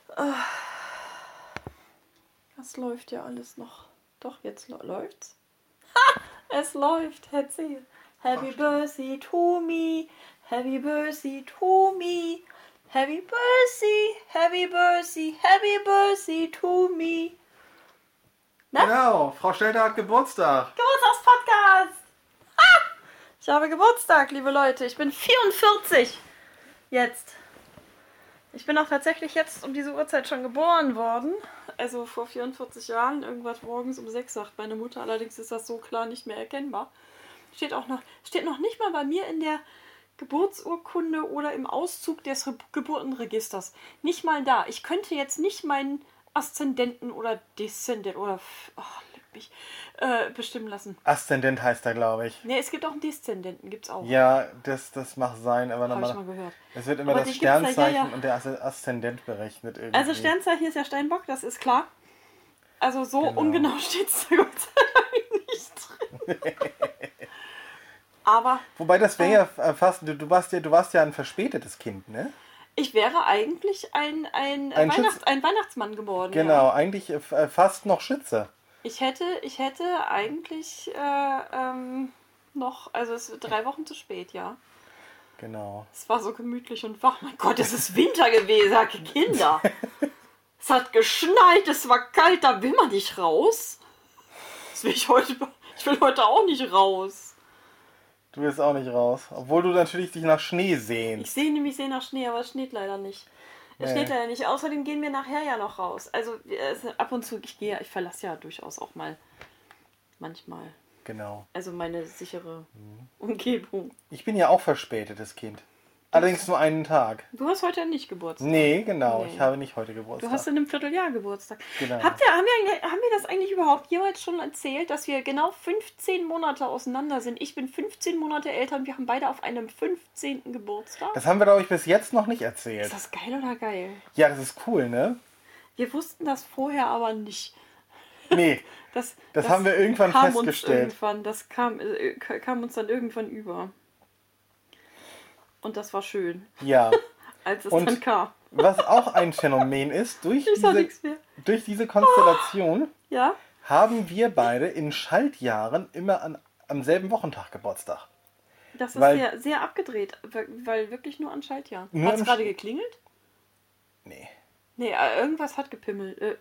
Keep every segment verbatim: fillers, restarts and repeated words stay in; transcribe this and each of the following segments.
Das läuft ja alles noch. Doch, jetzt läuft's. Ha! Es läuft, erzähl. Happy Birthday to me. Happy Birthday to me. Happy Birthday, Happy Birthday, Happy Birthday to me. Ne? Genau, Frau Stelter hat Geburtstag. Geburtstagspodcast. Ah! Ich habe Geburtstag, liebe Leute. Ich bin vierundvierzig. Jetzt. Ich bin auch tatsächlich jetzt um diese Uhrzeit schon geboren worden. Also vor vierundvierzig Jahren, irgendwas morgens um sechs, sagt meine Mutter. Allerdings ist das so klar nicht mehr erkennbar. Steht auch noch, steht noch nicht mal bei mir in der Geburtsurkunde oder im Auszug des Re- Geburtenregisters. Nicht mal da. Ich könnte jetzt nicht meinen Aszendenten oder Deszendenten oder oh, mich, äh, bestimmen lassen. Aszendent heißt er, glaube ich. Ne, es gibt auch einen Deszendenten, gibt's auch. Ja, das, das mag sein, aber Habe normal, ich mal gehört. es wird immer Aber das die gibt's ja, Sternzeichen ja, ja. und der Aszendent berechnet irgendwie. Also Sternzeichen ist ja Steinbock, das ist klar. Also so Genau. ungenau steht es da Gott sei Dank nicht drin. Aber Wobei das wäre ja fast, du, du, warst ja, du warst ja ein verspätetes Kind, ne? ich wäre eigentlich ein, ein, Ein Weihnachts-, Schütz- ein Weihnachtsmann geworden. Genau, Ja. eigentlich äh, fast noch Schütze. Ich hätte, ich hätte eigentlich äh, ähm, noch, also es ist drei Wochen zu spät, ja. Genau. Es war so gemütlich und wach. Mein Gott, es ist Winter gewesen, sag Kinder. Es hat geschneit, es war kalt, da will man nicht raus. Das will ich heute, ich will heute auch nicht raus. Du willst auch nicht raus. Obwohl du natürlich dich nach Schnee Ich sehnst. sehe nämlich sehr nach Schnee, aber es schneit leider nicht. Es Nee. schneit leider nicht. Außerdem gehen wir nachher ja noch raus. Also äh, ab und zu, ich gehe, ich verlasse ja durchaus auch mal manchmal. Genau. Also meine sichere Umgebung. Ich bin ja auch verspätetes Kind. Allerdings nur einen Tag. Du hast heute nicht Geburtstag. Nee, genau. Nee. Ich habe nicht heute Geburtstag. Du hast in einem Vierteljahr Geburtstag. Genau. Habt ihr, haben, wir, eigentlich- haben wir das eigentlich überhaupt jemals schon erzählt, dass wir genau fünfzehn Monate auseinander sind? Ich bin fünfzehn Monate älter und wir haben beide auf einem fünfzehnten Geburtstag. Das haben wir, glaube ich, bis jetzt noch nicht erzählt. Ist das geil oder geil? Ja, das ist cool, ne? Wir wussten das vorher aber nicht. Nee, Das, das haben wir irgendwann kam festgestellt. Uns irgendwann, das kam, äh, kam uns dann irgendwann über. Und das war schön, ja. als es Und dann kam. Was auch ein Phänomen ist, durch Ich sag diese, nichts mehr. durch diese Konstellation Ja? haben wir beide in Schaltjahren immer an, am selben Wochentag Geburtstag. Das ist Weil- sehr, sehr abgedreht, weil wirklich nur an Schaltjahr. Nur Hat es im gerade Sch- geklingelt? Nee. Nee, äh, irgendwas hat gepimmelt. Äh,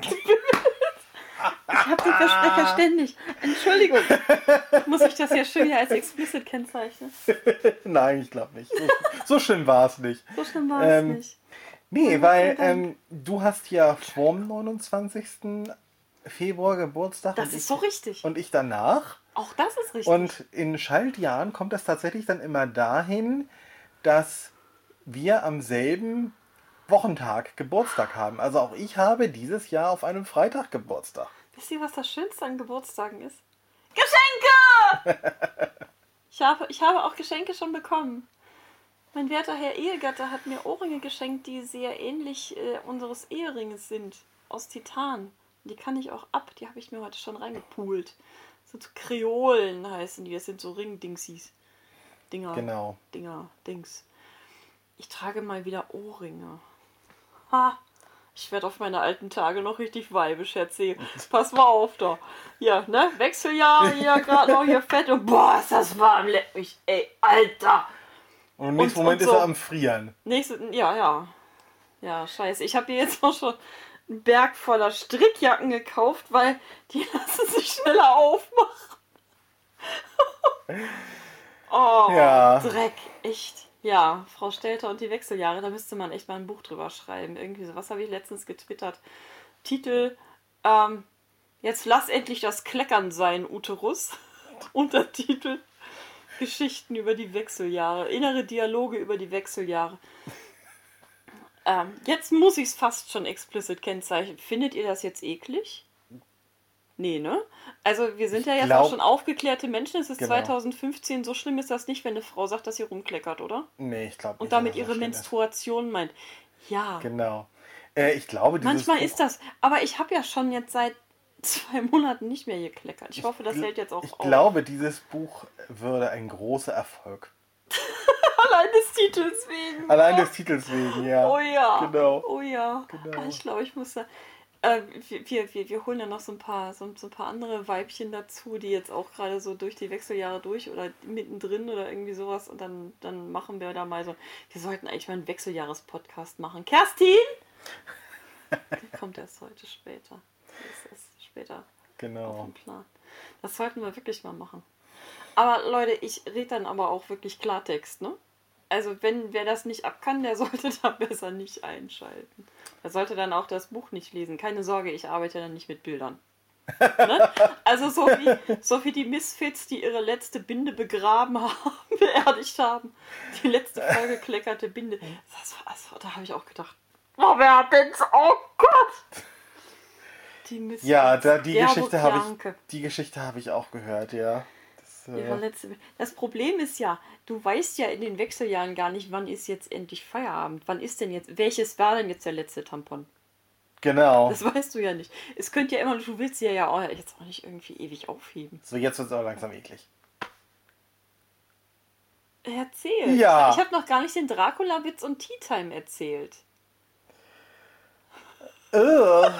ich hab den Versprecher ständig. Entschuldigung. Muss ich das hier schön hier als explicit kennzeichnen? Nein, ich glaube nicht. So, so schlimm war es nicht. So schlimm war es Ähm, nicht. Nee, Ja, weil Gott sei ähm, du hast ja vorm neunundzwanzigsten Februar Geburtstag Das und, ist ich, so richtig. und ich danach. Auch das ist richtig. Und in Schaltjahren kommt das tatsächlich dann immer dahin, dass wir am selben Wochentag Geburtstag haben. Also auch ich habe dieses Jahr auf einem Freitag Geburtstag. Wisst ihr, was das Schönste an Geburtstagen ist? Geschenke! ich, habe, ich habe auch Geschenke schon bekommen. Mein werter Herr Ehegatte hat mir Ohrringe geschenkt, die sehr ähnlich äh, unseres Eheringes sind. Aus Titan. Die kann ich auch ab. Die habe ich mir heute schon reingepult. Das sind so Kreolen heißen die. Das sind so Ring-Dingsies. Dinger. Genau. Dinger. Dings. Ich trage mal wieder Ohrringe. Ha! Ich werde auf meine alten Tage noch richtig weibisch erzählen. Pass mal auf da. Ja, ne? Wechseljahr, hier gerade noch hier fett und boah, ist das warm. Leck mich, ey, Alter. Und im nächsten Und- Moment und ist so. er am Frieren. Nächste, ja, ja. Ja, scheiße. Ich habe hier jetzt auch schon einen Berg voller Strickjacken gekauft, weil die lassen sich schneller aufmachen. Oh, Ja. Dreck, echt. Ja, Frau Stelter und die Wechseljahre, da müsste man echt mal ein Buch drüber schreiben. Irgendwie so. Was habe ich letztens getwittert? Titel, ähm, jetzt lass endlich das Kleckern sein, Uterus. Untertitel, Geschichten über die Wechseljahre, innere Dialoge über die Wechseljahre. Ähm, jetzt muss ich es fast schon explicit kennzeichnen. Findet ihr das jetzt eklig? Nee, ne? Also wir sind ja jetzt glaub- auch schon aufgeklärte Menschen. Es ist Genau. zweitausendfünfzehn. So schlimm ist das nicht, wenn eine Frau sagt, dass sie rumkleckert, oder? Nee, ich glaube nicht. Und damit dass das ihre so schlimm ist. Menstruation meint. Ja, Genau. Äh, ich glaube, dieses manchmal Buch, ist das. Aber ich habe ja schon jetzt seit zwei Monaten nicht mehr gekleckert. Ich hoffe, das gl- hält jetzt auch Ich auf. glaube, dieses Buch würde ein großer Erfolg. Allein des Titels wegen. Allein des Titels wegen, ja. Oh ja. Genau. Oh ja. Genau. Ich glaube, ich muss da... Äh, wir, wir, wir holen ja noch so ein paar so, so ein paar andere Weibchen dazu, die jetzt auch gerade so durch die Wechseljahre durch oder mittendrin oder irgendwie sowas und dann, dann machen wir da mal so. Wir sollten eigentlich mal einen Wechseljahres-Podcast machen. Kerstin! Der kommt erst heute später. Das ist später Genau. auf dem Plan. Das sollten wir wirklich mal machen. Aber Leute, ich rede dann aber auch wirklich Klartext, ne? Also wenn wer das nicht ab kann, der sollte da besser nicht einschalten. Der sollte dann auch das Buch nicht lesen. Keine Sorge, ich arbeite dann nicht mit Bildern. Ne? Also so wie, so wie die Misfits, die ihre letzte Binde begraben haben, beerdigt haben. Die letzte vollgekleckerte Binde. Das war, also, da habe ich auch gedacht, oh, wer hat denn so, oh Gott! Die Misfits. Ja, da, die, Gerburg Geschichte habe Janke. ich, die Geschichte habe ich auch gehört, ja. Das, Ihre äh, letzte... Das Problem ist ja, du weißt ja in den Wechseljahren gar nicht, wann ist jetzt endlich Feierabend. Wann ist denn jetzt, welches war denn jetzt der letzte Tampon? genau. Das weißt du ja nicht. Es könnte ja immer, du willst ja ja auch jetzt auch nicht irgendwie ewig aufheben. So, jetzt wird es aber langsam eklig. Erzähl. Ja. Ich habe noch gar nicht den Dracula-Witz und Tea Time erzählt. Ugh.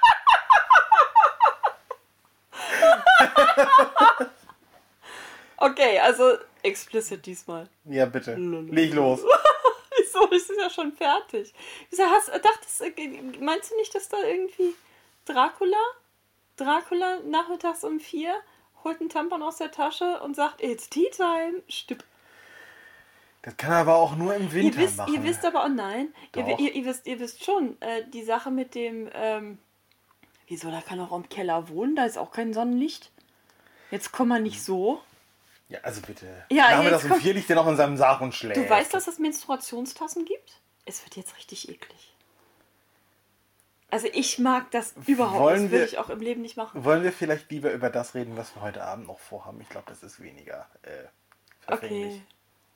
Okay, also explicit diesmal. Ja, bitte. Leg los. Wieso? Das ist ja schon fertig. Wieso hast dachtest, meinst du nicht, dass da irgendwie Dracula, Dracula nachmittags um vier holt einen Tampon aus der Tasche und sagt, it's tea time. Stipp. Das kann er aber auch nur im Winter Ihr wisst, machen. ihr wisst aber, oh nein, ihr, Doch. ihr, ihr, wisst, ihr wisst schon, äh, die Sache mit dem, ähm, wieso, da kann auch im Keller wohnen, da ist auch kein Sonnenlicht. Jetzt komm mal nicht so. Ja, also bitte. Ja, Nachmittags jetzt um kommt- vier liegt er noch in seinem Sarg und schläft. Du weißt, dass es Menstruationstassen gibt? Es wird jetzt richtig eklig. Also ich mag das überhaupt. Wollen Das würde wir- ich auch im Leben nicht machen. Wollen wir vielleicht lieber über das reden, was wir heute Abend noch vorhaben? Ich glaube, das ist weniger äh, verfänglich. Okay.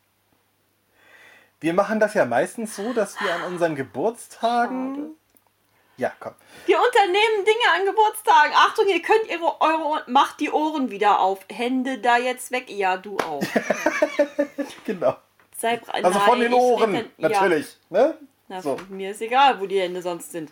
Wir machen das ja meistens so, dass wir an unseren Geburtstagen... Schade. Ja, komm. Wir unternehmen Dinge an Geburtstagen. Achtung, ihr könnt ihre eure macht die Ohren wieder auf. Hände da jetzt weg. Ja, du auch. Genau. Sei bra- Also von Nein, den ich Ohren, rede- natürlich. Ne? Ja. Na, So. mir ist egal, wo die Hände sonst sind.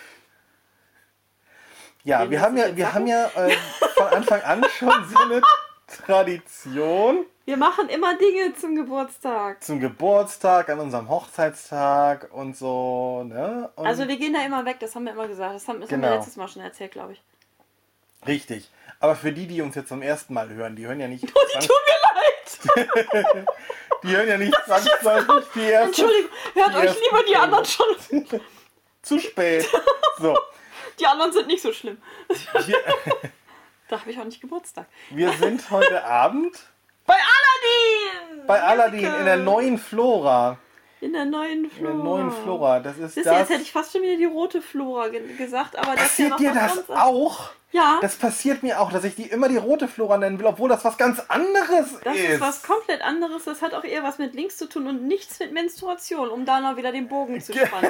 Ja, Wen wir willst haben du ja, denn wir sagen? haben ja äh, von Anfang an schon so eine Tradition Wir machen immer Dinge zum Geburtstag. zum Geburtstag, an unserem Hochzeitstag und so. Ne? Und Also wir gehen da immer weg, das haben wir immer gesagt. Das haben, das haben Genau. wir letztes Mal schon erzählt, glaube ich. richtig. Aber für die, die uns jetzt zum ersten Mal hören, die hören ja nicht... Oh, die tut mir leid. die hören ja nicht zwangsläufig die erste... Entschuldigung, hört die euch erste lieber die Folge. anderen schon. Zu spät. So. Die anderen sind nicht so schlimm. Wir, Da habe ich auch nicht Geburtstag. wir sind heute Abend Bei Aladdin! bei Aladdin in der neuen Flora. In der neuen In Flora. der neuen Flora. Das ist Siehst du, das... jetzt hätte ich fast schon wieder die rote Flora ge gesagt, aber das ist ja Passiert noch dir was das ganz anderes. auch? Ja, Das passiert mir auch, dass ich die immer die rote Flora nennen will, obwohl das was ganz anderes das ist. ist was komplett anderes. Das hat auch eher was mit Links zu tun und nichts mit Menstruation, um da noch wieder den Bogen zu spannen.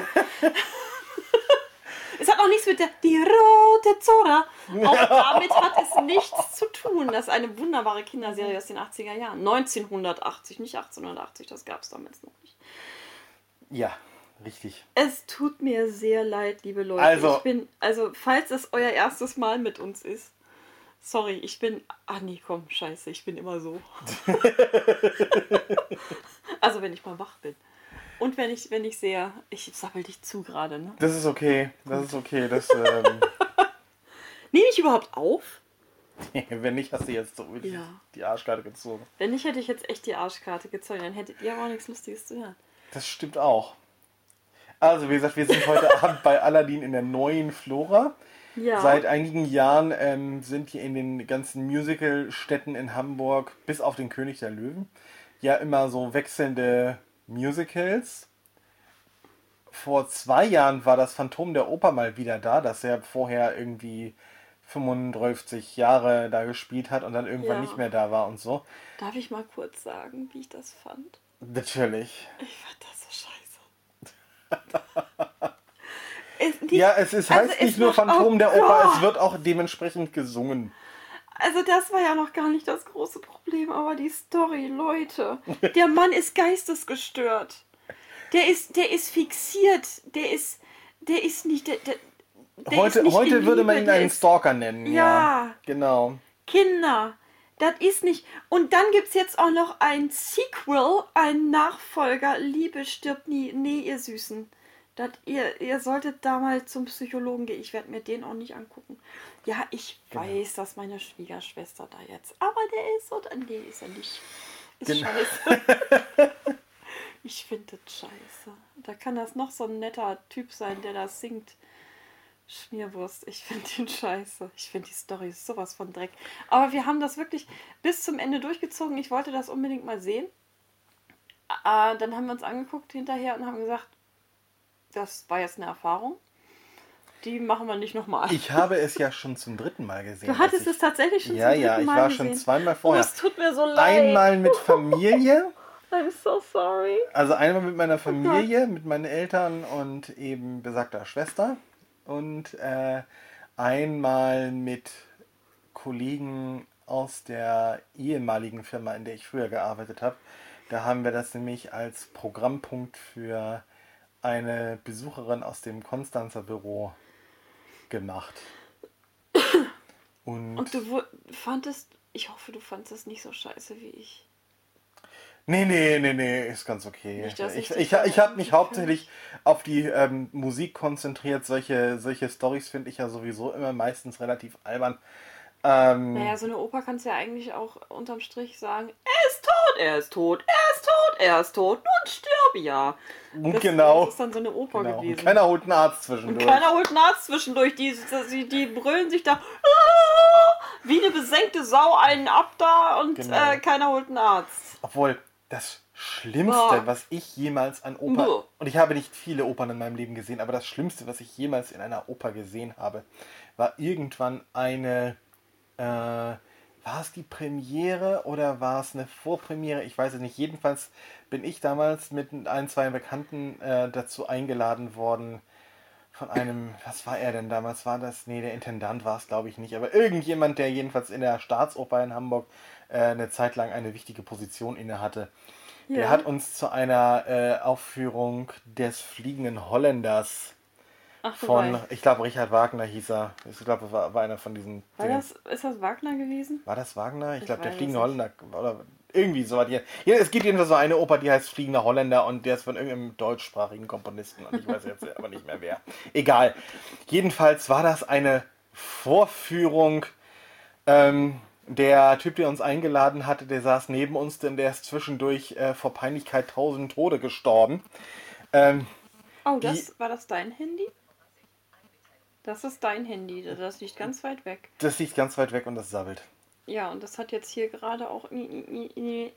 Es hat auch nichts mit der die rote Zora. Auch damit hat es nichts zu tun. Das ist eine wunderbare Kinderserie aus den achtziger Jahren. neunzehnhundertachtzig, nicht achtzehnhundertachtzig, das gab es damals noch nicht. Ja, richtig. Es tut mir sehr leid, liebe Leute. Also- ich bin, also falls es euer erstes Mal mit uns ist, sorry, ich bin, ah nee, komm, scheiße, ich bin immer so. Also wenn ich mal wach bin. Und wenn ich, wenn ich sehr, ich sappel dich zu gerade, ne? Das ist okay. Das ist okay. Das, ähm, Nehme ich überhaupt auf? wenn nicht, hast du jetzt so wirklich Ja. die Arschkarte gezogen. Wenn nicht, hätte ich jetzt echt die Arschkarte gezogen, dann hättet ihr aber auch nichts Lustiges zu hören. Das stimmt auch. Also, wie gesagt, wir sind heute Abend bei Aladdin in der neuen Flora. Ja. Seit einigen Jahren ähm, sind hier in den ganzen Musical-Städten in Hamburg, bis auf den König der Löwen, ja immer so wechselnde Musicals. Vor zwei Jahren war das Phantom der Oper mal wieder da, dass er vorher irgendwie fünfunddreißig Jahre da gespielt hat und dann irgendwann Ja. nicht mehr da war und so. Darf ich mal kurz sagen, wie ich das fand? Natürlich. Ich fand das so scheiße. es, nicht, Ja, es ist, Also heißt es nicht nur macht- Phantom oh der Oper, Gott. es wird auch dementsprechend gesungen. Also das war ja noch gar nicht das große Problem, aber die Story, Leute. Der Mann ist geistesgestört. Der ist, der ist fixiert. Der ist, der ist nicht, der, der, der Heute, ist nicht heute in würde Liebe, man ihn der einen ist- Stalker nennen. Ja, Ja. genau. Kinder. Das ist nicht. Und dann gibt es jetzt auch noch ein Sequel, ein Nachfolger. Liebe stirbt nie. Nee, ihr Süßen. Das, ihr, ihr solltet da mal zum Psychologen gehen. Ich werde mir den auch nicht angucken. Ja, ich Genau. weiß, dass meine Schwiegerschwester da jetzt. Aber der ist so. Nee, ist er nicht. Ist Genau. scheiße. Ich finde das scheiße. Da kann das noch so ein netter Typ sein, der das singt. Schmierwurst, ich finde den scheiße. Ich finde die Story ist sowas von Dreck. Aber wir haben das wirklich bis zum Ende durchgezogen. Ich wollte das unbedingt mal sehen. Äh, dann haben wir uns angeguckt hinterher und haben gesagt, das war jetzt eine Erfahrung. Die machen wir nicht nochmal. Ich habe es ja schon zum dritten Mal gesehen. Du hattest als es tatsächlich schon ich, Ja, zum ja, dritten ich Mal war gesehen. schon zweimal Oh, vorher. es tut mir so leid. Einmal mit Familie, I'm so sorry. also einmal mit meiner Familie, mit meinen Eltern und eben besagter Schwester. Und äh, einmal mit Kollegen aus der ehemaligen Firma, in der ich früher gearbeitet habe. Da haben wir das nämlich als Programmpunkt für eine Besucherin aus dem Konstanzer Büro gemacht. Und, Und du wo- fandest, ich hoffe, du fandest es nicht so scheiße wie ich. nee, nee, nee, nee, ist ganz okay. Nicht, dass ich ich ich, dich ich, habe mich irgendwie hauptsächlich auf die ähm, Musik konzentriert. Solche, solche Storys finde ich ja sowieso immer meistens relativ albern. Ähm, Naja, so eine Oper kannst du ja eigentlich auch unterm Strich sagen, er ist tot, er ist tot, er ist tot, er ist tot, nun stirb ja. Das, genau. Das ist dann so eine Oper genau. Und gewesen. keiner holt einen Arzt Und zwischendurch. keiner holt einen Arzt zwischendurch. Die, die, die brüllen sich da "Ah!" wie eine besenkte Sau einen ab da und Genau. äh, keiner holt einen Arzt. Obwohl, das Schlimmste, Boah. was ich jemals an Oper... Boah. Und ich habe nicht viele Opern in meinem Leben gesehen, aber das Schlimmste, was ich jemals in einer Oper gesehen habe, war irgendwann eine... Äh, war es die Premiere oder war es eine Vorpremiere? Ich weiß es nicht. Jedenfalls bin ich damals mit ein, zwei Bekannten äh, dazu eingeladen worden von einem... Was war er denn damals? War das... Nee, der Intendant war es, glaube ich, nicht. Aber irgendjemand, der jedenfalls in der Staatsoper in Hamburg äh, eine Zeit lang eine wichtige Position innehatte. Der Ja. hat uns zu einer äh, Aufführung des Fliegenden Holländers Ach, du von, weißt. ich glaube, Richard Wagner hieß er. Ich glaube, war, war einer von diesen. War den- das, ist das Wagner gewesen? war das Wagner? Ich Ich glaube, der weiß Fliegende es Holländer. Oder irgendwie so war die. Ja, es gibt jedenfalls so eine Oper, die heißt Fliegender Holländer und der ist von irgendeinem deutschsprachigen Komponisten und ich weiß jetzt aber nicht mehr wer. Egal. Jedenfalls war das eine Vorführung. Ähm, der Typ, der uns eingeladen hatte, der saß neben uns, denn der ist zwischendurch äh, vor Peinlichkeit tausend Tode gestorben. Ähm, Oh, Die- das war das dein Handy? Das ist dein Handy, das liegt ganz weit weg. das liegt ganz weit weg und das sabbelt. Ja, und das hat jetzt hier gerade auch. Ich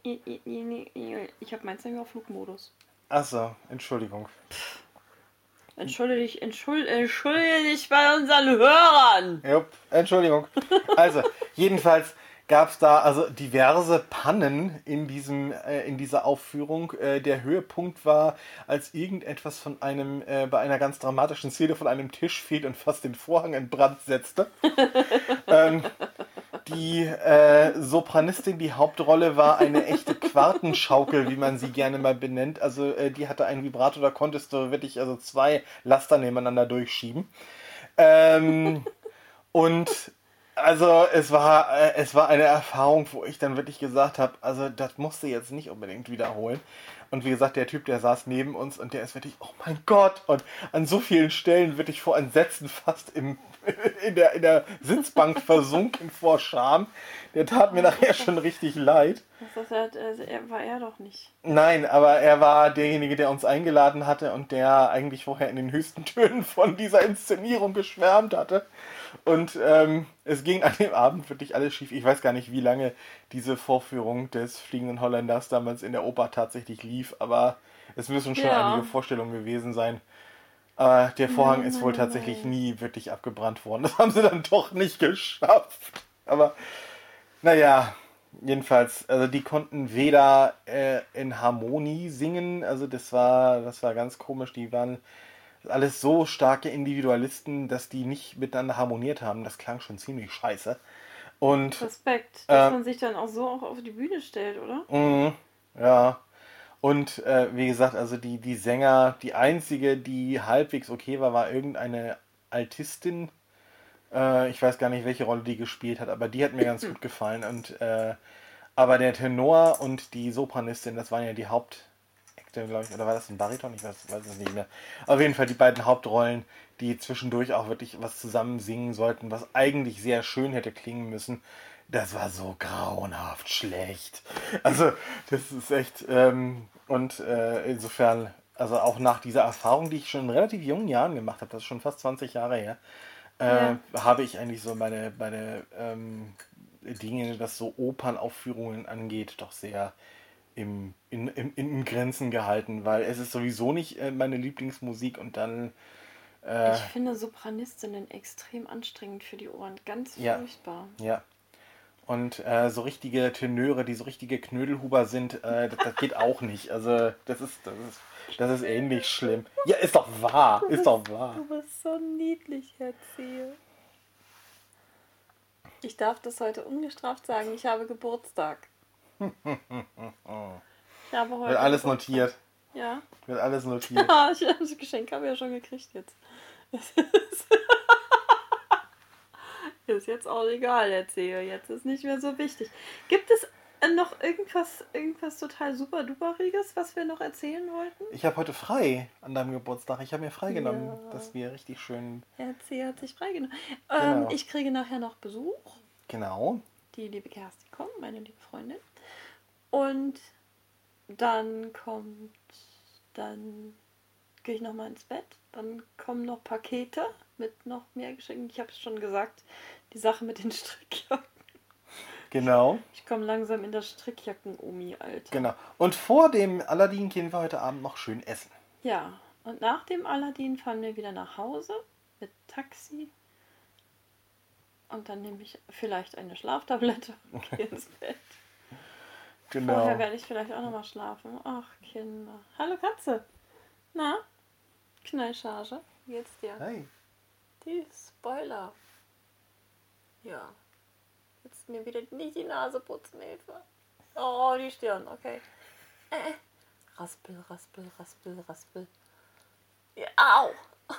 habe meins nämlich auf Flugmodus. Achso, Entschuldigung. Entschuldige dich, entschuld, entschuldige dich bei unseren Hörern. Jupp, Entschuldigung. Also, jedenfalls gab es da also diverse Pannen in, diesem, äh, in dieser Aufführung. Äh, der Höhepunkt war, als irgendetwas von einem, äh, bei einer ganz dramatischen Szene von einem Tisch fiel und fast den Vorhang in Brand setzte. ähm, die äh, Sopranistin, die Hauptrolle, war eine echte Quartenschaukel, wie man sie gerne mal benennt. Also äh, die hatte ein Vibrato, da konntest du wirklich also zwei Laster nebeneinander durchschieben. Ähm, und also es war, äh, es war eine Erfahrung, wo ich dann wirklich gesagt habe, also das musst du jetzt nicht unbedingt wiederholen. Und wie gesagt, der Typ, der saß neben uns und der ist wirklich, oh mein Gott, und an so vielen Stellen wirklich vor Entsetzen fast im, in, der, in der Sitzbank versunken vor Scham. Der tat mir nachher schon richtig leid. Das ist, er, er war er doch nicht. Nein, aber er war derjenige, der uns eingeladen hatte und der eigentlich vorher in den höchsten Tönen von dieser Inszenierung geschwärmt hatte. Und ähm, es ging an dem Abend wirklich alles schief. Ich weiß gar nicht, wie lange diese Vorführung des Fliegenden Holländers damals in der Oper tatsächlich lief, aber es müssen schon Ja. einige Vorstellungen gewesen sein. Aber der Vorhang Nein, ist wohl nein, tatsächlich nein. nie wirklich abgebrannt worden. Das haben sie dann doch nicht geschafft. Aber naja, jedenfalls, also die konnten weder äh, in Harmonie singen, also das war, das war ganz komisch, die waren alles so starke Individualisten, dass die nicht miteinander harmoniert haben. Das klang schon ziemlich scheiße. Und Respekt, dass äh, man sich dann auch so auch auf die Bühne stellt, oder? mh, ja. Und äh, wie gesagt, also die, die Sänger, die einzige, die halbwegs okay war, war irgendeine Altistin. Äh, ich weiß gar nicht, welche Rolle die gespielt hat, aber die hat mir ganz gut gefallen. Und äh, aber der Tenor und die Sopranistin, das waren ja die Hauptakte, glaube ich. Oder war das ein Bariton? Ich weiß, weiß es nicht mehr. Auf jeden Fall die beiden Hauptrollen, die zwischendurch auch wirklich was zusammen singen sollten, was eigentlich sehr schön hätte klingen müssen. Das war so grauenhaft schlecht. Also, das ist echt. Ähm, und äh, insofern, also auch nach dieser Erfahrung, die ich schon in relativ jungen Jahren gemacht habe, das ist schon fast zwanzig Jahre her, äh, Ja. habe ich eigentlich so meine, meine ähm, Dinge, was so Opernaufführungen angeht, doch sehr im, in, in, in Grenzen gehalten, weil es ist sowieso nicht äh, meine Lieblingsmusik und dann, äh, Ich finde Sopranistinnen extrem anstrengend für die Ohren. Ganz ja, furchtbar. ja. Und äh, so richtige Tenöre, die so richtige Knödelhuber sind, äh, das, das geht auch nicht. Also das ist, das ist, das ist ähnlich schlimm. Ja, ist doch wahr, ist doch wahr. Du bist so niedlich, Herziehe. Ich darf das heute ungestraft sagen. Ich habe Geburtstag. Ich habe heute Wird alles Geburtstag. notiert. Ja. Wird alles notiert. Ah, ich, das Geschenk habe ich ja schon gekriegt jetzt. Ist jetzt auch egal, erzähle. Jetzt ist nicht mehr so wichtig. Gibt es noch irgendwas, irgendwas total super duperiges, was wir noch erzählen wollten? Ich habe heute frei an deinem Geburtstag. Ich habe mir freigenommen, Ja. dass wir richtig schön. Erzähl hat sich freigenommen. Ähm, Genau. Ich kriege nachher noch Besuch. Genau. Die liebe Kerstin kommt, meine liebe Freundin. Und dann kommt, dann gehe ich nochmal ins Bett. Dann kommen noch Pakete mit noch mehr Geschenken. Ich habe es schon gesagt, die Sache mit den Strickjacken. Genau. Ich komme langsam in das Strickjacken-Omi, Alter. Genau. Und vor dem Aladdin gehen wir heute Abend noch schön essen. Ja, und nach dem Aladdin fahren wir wieder nach Hause mit Taxi. Und dann nehme ich vielleicht eine Schlaftablette und gehe ins Bett. Genau. Vorher werde ich vielleicht auch nochmal schlafen. Ach, Kinder. Hallo Katze. Na? Knallcharge. Wie geht's dir? Hey. Die Spoiler. Ja. Jetzt mir wieder nicht die Nase putzen, Hilfe. Oh, die Stirn, okay. Äh. Raspel, raspel, raspel, raspel. Ja, au!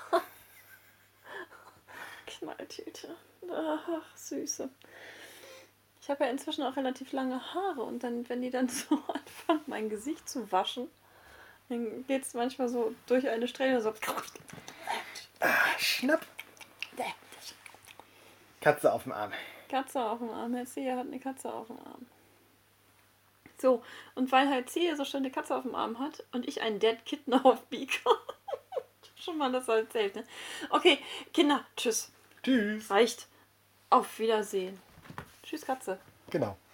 Knalltüte. Ach, Süße. Ich habe ja inzwischen auch relativ lange Haare und dann, wenn die dann so anfangen, mein Gesicht zu waschen, dann geht es manchmal so durch eine Strähne so. Ah, schnapp. Katze auf dem Arm. Katze auf dem Arm. Herr Ziehe hat eine Katze auf dem Arm. So, und weil halt Ziehe so schön eine Katze auf dem Arm hat und ich einen Dead Kitten auf Beaker. Ich hab schon mal das erzählt, ne? Okay, Kinder, tschüss. Tschüss. Reicht. Auf Wiedersehen. Tschüss, Katze. Genau.